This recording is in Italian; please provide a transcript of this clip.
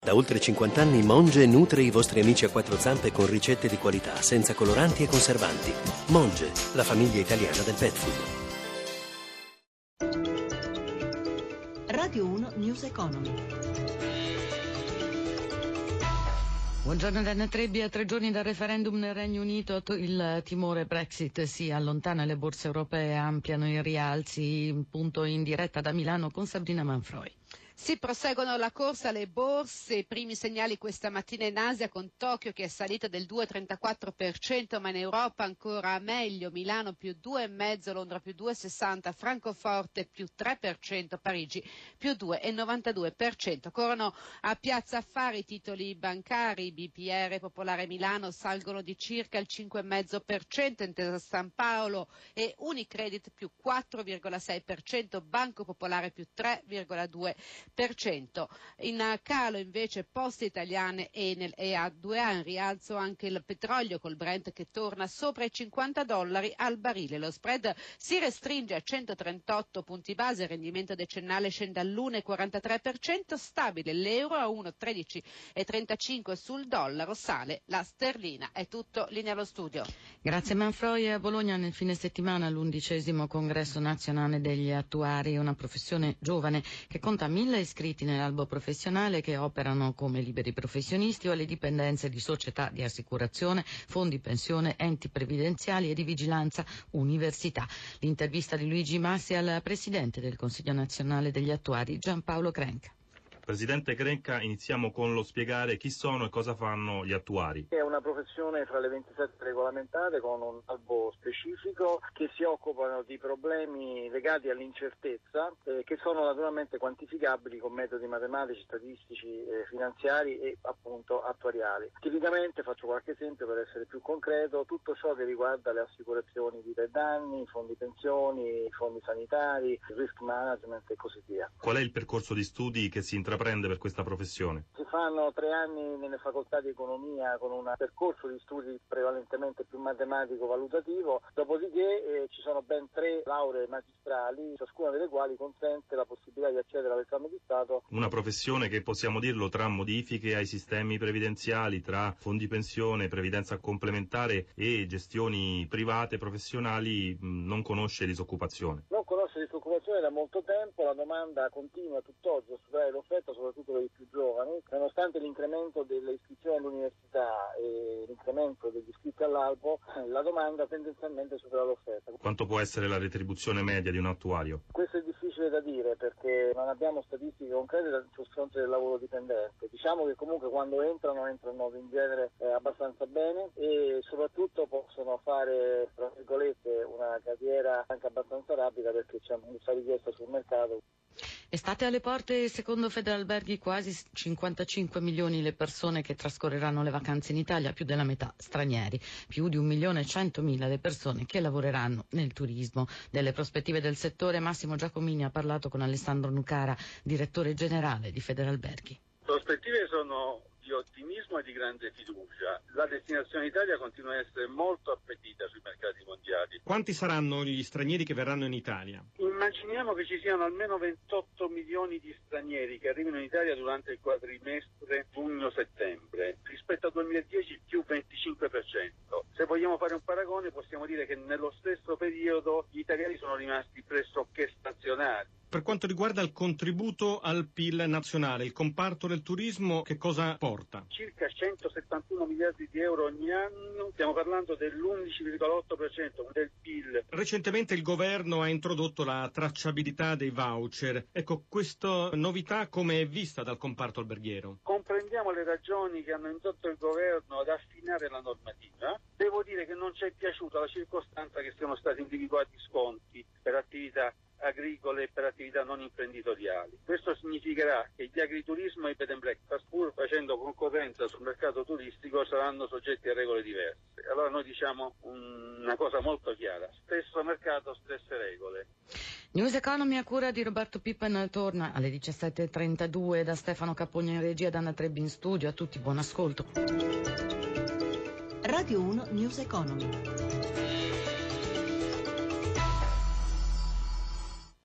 Da oltre 50 anni Monge nutre i vostri amici a quattro zampe con ricette di qualità, senza coloranti e conservanti. Monge, la famiglia italiana del pet food. Radio 1 News Economy. Buongiorno da Anna Trebbi. A 3 giorni dal referendum nel Regno Unito il timore Brexit si allontana, le borse europee ampliano i rialzi. Punto in diretta da Milano con Sabrina Manfroi. Si proseguono la corsa alle borse, i primi segnali questa mattina in Asia con Tokyo che è salita del 2,34%, ma in Europa ancora meglio, Milano più 2,5%, Londra più 2,60%, Francoforte più 3%, Parigi più 2,92%. Corrono a Piazza Affari i titoli bancari, BPR Popolare Milano salgono di circa il 5,5%, Intesa San Paolo e Unicredit più 4,6%, Banco Popolare più 3,2%. In calo invece Poste Italiane, Enel e A2A, in rialzo anche il petrolio col Brent che torna sopra i $50 al barile. Lo spread si restringe a 138 punti base, il rendimento decennale scende all'1,43%, stabile l'euro a 1,1335 sul dollaro, sale la sterlina. È tutto, linea allo studio. Grazie Manfroi. A Bologna nel fine settimana l'11° congresso nazionale degli attuari, una professione giovane che conta 1000 iscritti nell'albo professionale che operano come liberi professionisti o alle dipendenze di società di assicurazione, fondi pensione, enti previdenziali e di vigilanza università. L'intervista di Luigi Massi al presidente del Consiglio nazionale degli attuari, Giampaolo Crenca. Presidente Crenca, iniziamo con lo spiegare chi sono e cosa fanno gli attuari. È una professione fra le 27 regolamentate con un albo specifico che si occupano di problemi legati all'incertezza che sono naturalmente quantificabili con metodi matematici, statistici, finanziari e appunto attuariali. Tipicamente, faccio qualche esempio per essere più concreto, tutto ciò che riguarda le assicurazioni vita e danni, fondi pensioni, fondi sanitari, risk management e così via. Qual è il percorso di studi che si intraprende per questa professione? Si fanno 3 anni nelle facoltà di economia con un percorso di studi prevalentemente più matematico-valutativo, dopodiché ci sono ben 3 lauree magistrali, ciascuna delle quali consente la possibilità di accedere all'esame di Stato. Una professione che, possiamo dirlo, tra modifiche ai sistemi previdenziali, tra fondi pensione, previdenza complementare e gestioni private professionali, non conosce disoccupazione. Non conosce disoccupazione da molto tempo, la domanda continua tutt'oggi a superare l'offerta, soprattutto per i più giovani, nonostante l'incremento delle iscrizioni all'università e l'incremento degli iscritti all'albo, la domanda tendenzialmente supera l'offerta. Quanto può essere la retribuzione media di un attuario? Questo è difficile da dire perché non abbiamo statistiche concrete sul fronte del lavoro dipendente. Diciamo che comunque quando entrano in genere abbastanza bene e soprattutto possono fare, tra virgolette, una carriera anche abbastanza rapida perché c'è molta richiesta sul mercato. Estate alle porte, secondo Federalberghi quasi 55 milioni le persone che trascorreranno le vacanze in Italia, più della metà stranieri, più di 1.100.000 le persone che lavoreranno nel turismo. Delle prospettive del settore Massimo Giacomini ha parlato con Alessandro Nucara, direttore generale di Federalberghi. Le prospettive sono di ottimismo e di grande fiducia. La destinazione Italia continua a essere molto appetita sui mercati mondiali. Quanti saranno gli stranieri che verranno in Italia? Immaginiamo che ci siano almeno 28 milioni di stranieri che arrivino in Italia durante il quadrimestre giugno-settembre, rispetto al 2010 più 25%. Se vogliamo fare un paragone possiamo dire che nello stesso periodo gli italiani sono rimasti pressoché stazionari. Per quanto riguarda il contributo al PIL nazionale, il comparto del turismo che cosa porta? Circa 171 miliardi di euro ogni anno, stiamo parlando dell'11,8% del PIL. Recentemente il governo ha introdotto la tracciabilità dei voucher. Ecco, questa novità come è vista dal comparto alberghiero? Comprendiamo le ragioni che hanno indotto il governo ad affinare la normativa. Devo dire che non ci è piaciuta la circostanza che siano stati individuati sconti per attività agricole e per attività non imprenditoriali. Questo significherà che gli agriturismo e i bed and breakfast, pur facendo concorrenza sul mercato turistico, saranno soggetti a regole diverse. Allora noi diciamo una cosa molto chiara: stesso mercato, stesse regole. News Economy a cura di Roberto Pippen torna alle 17.32 da Stefano Capogna in regia, da Anna Trebbi in studio. A tutti buon ascolto. Radio 1 News Economy.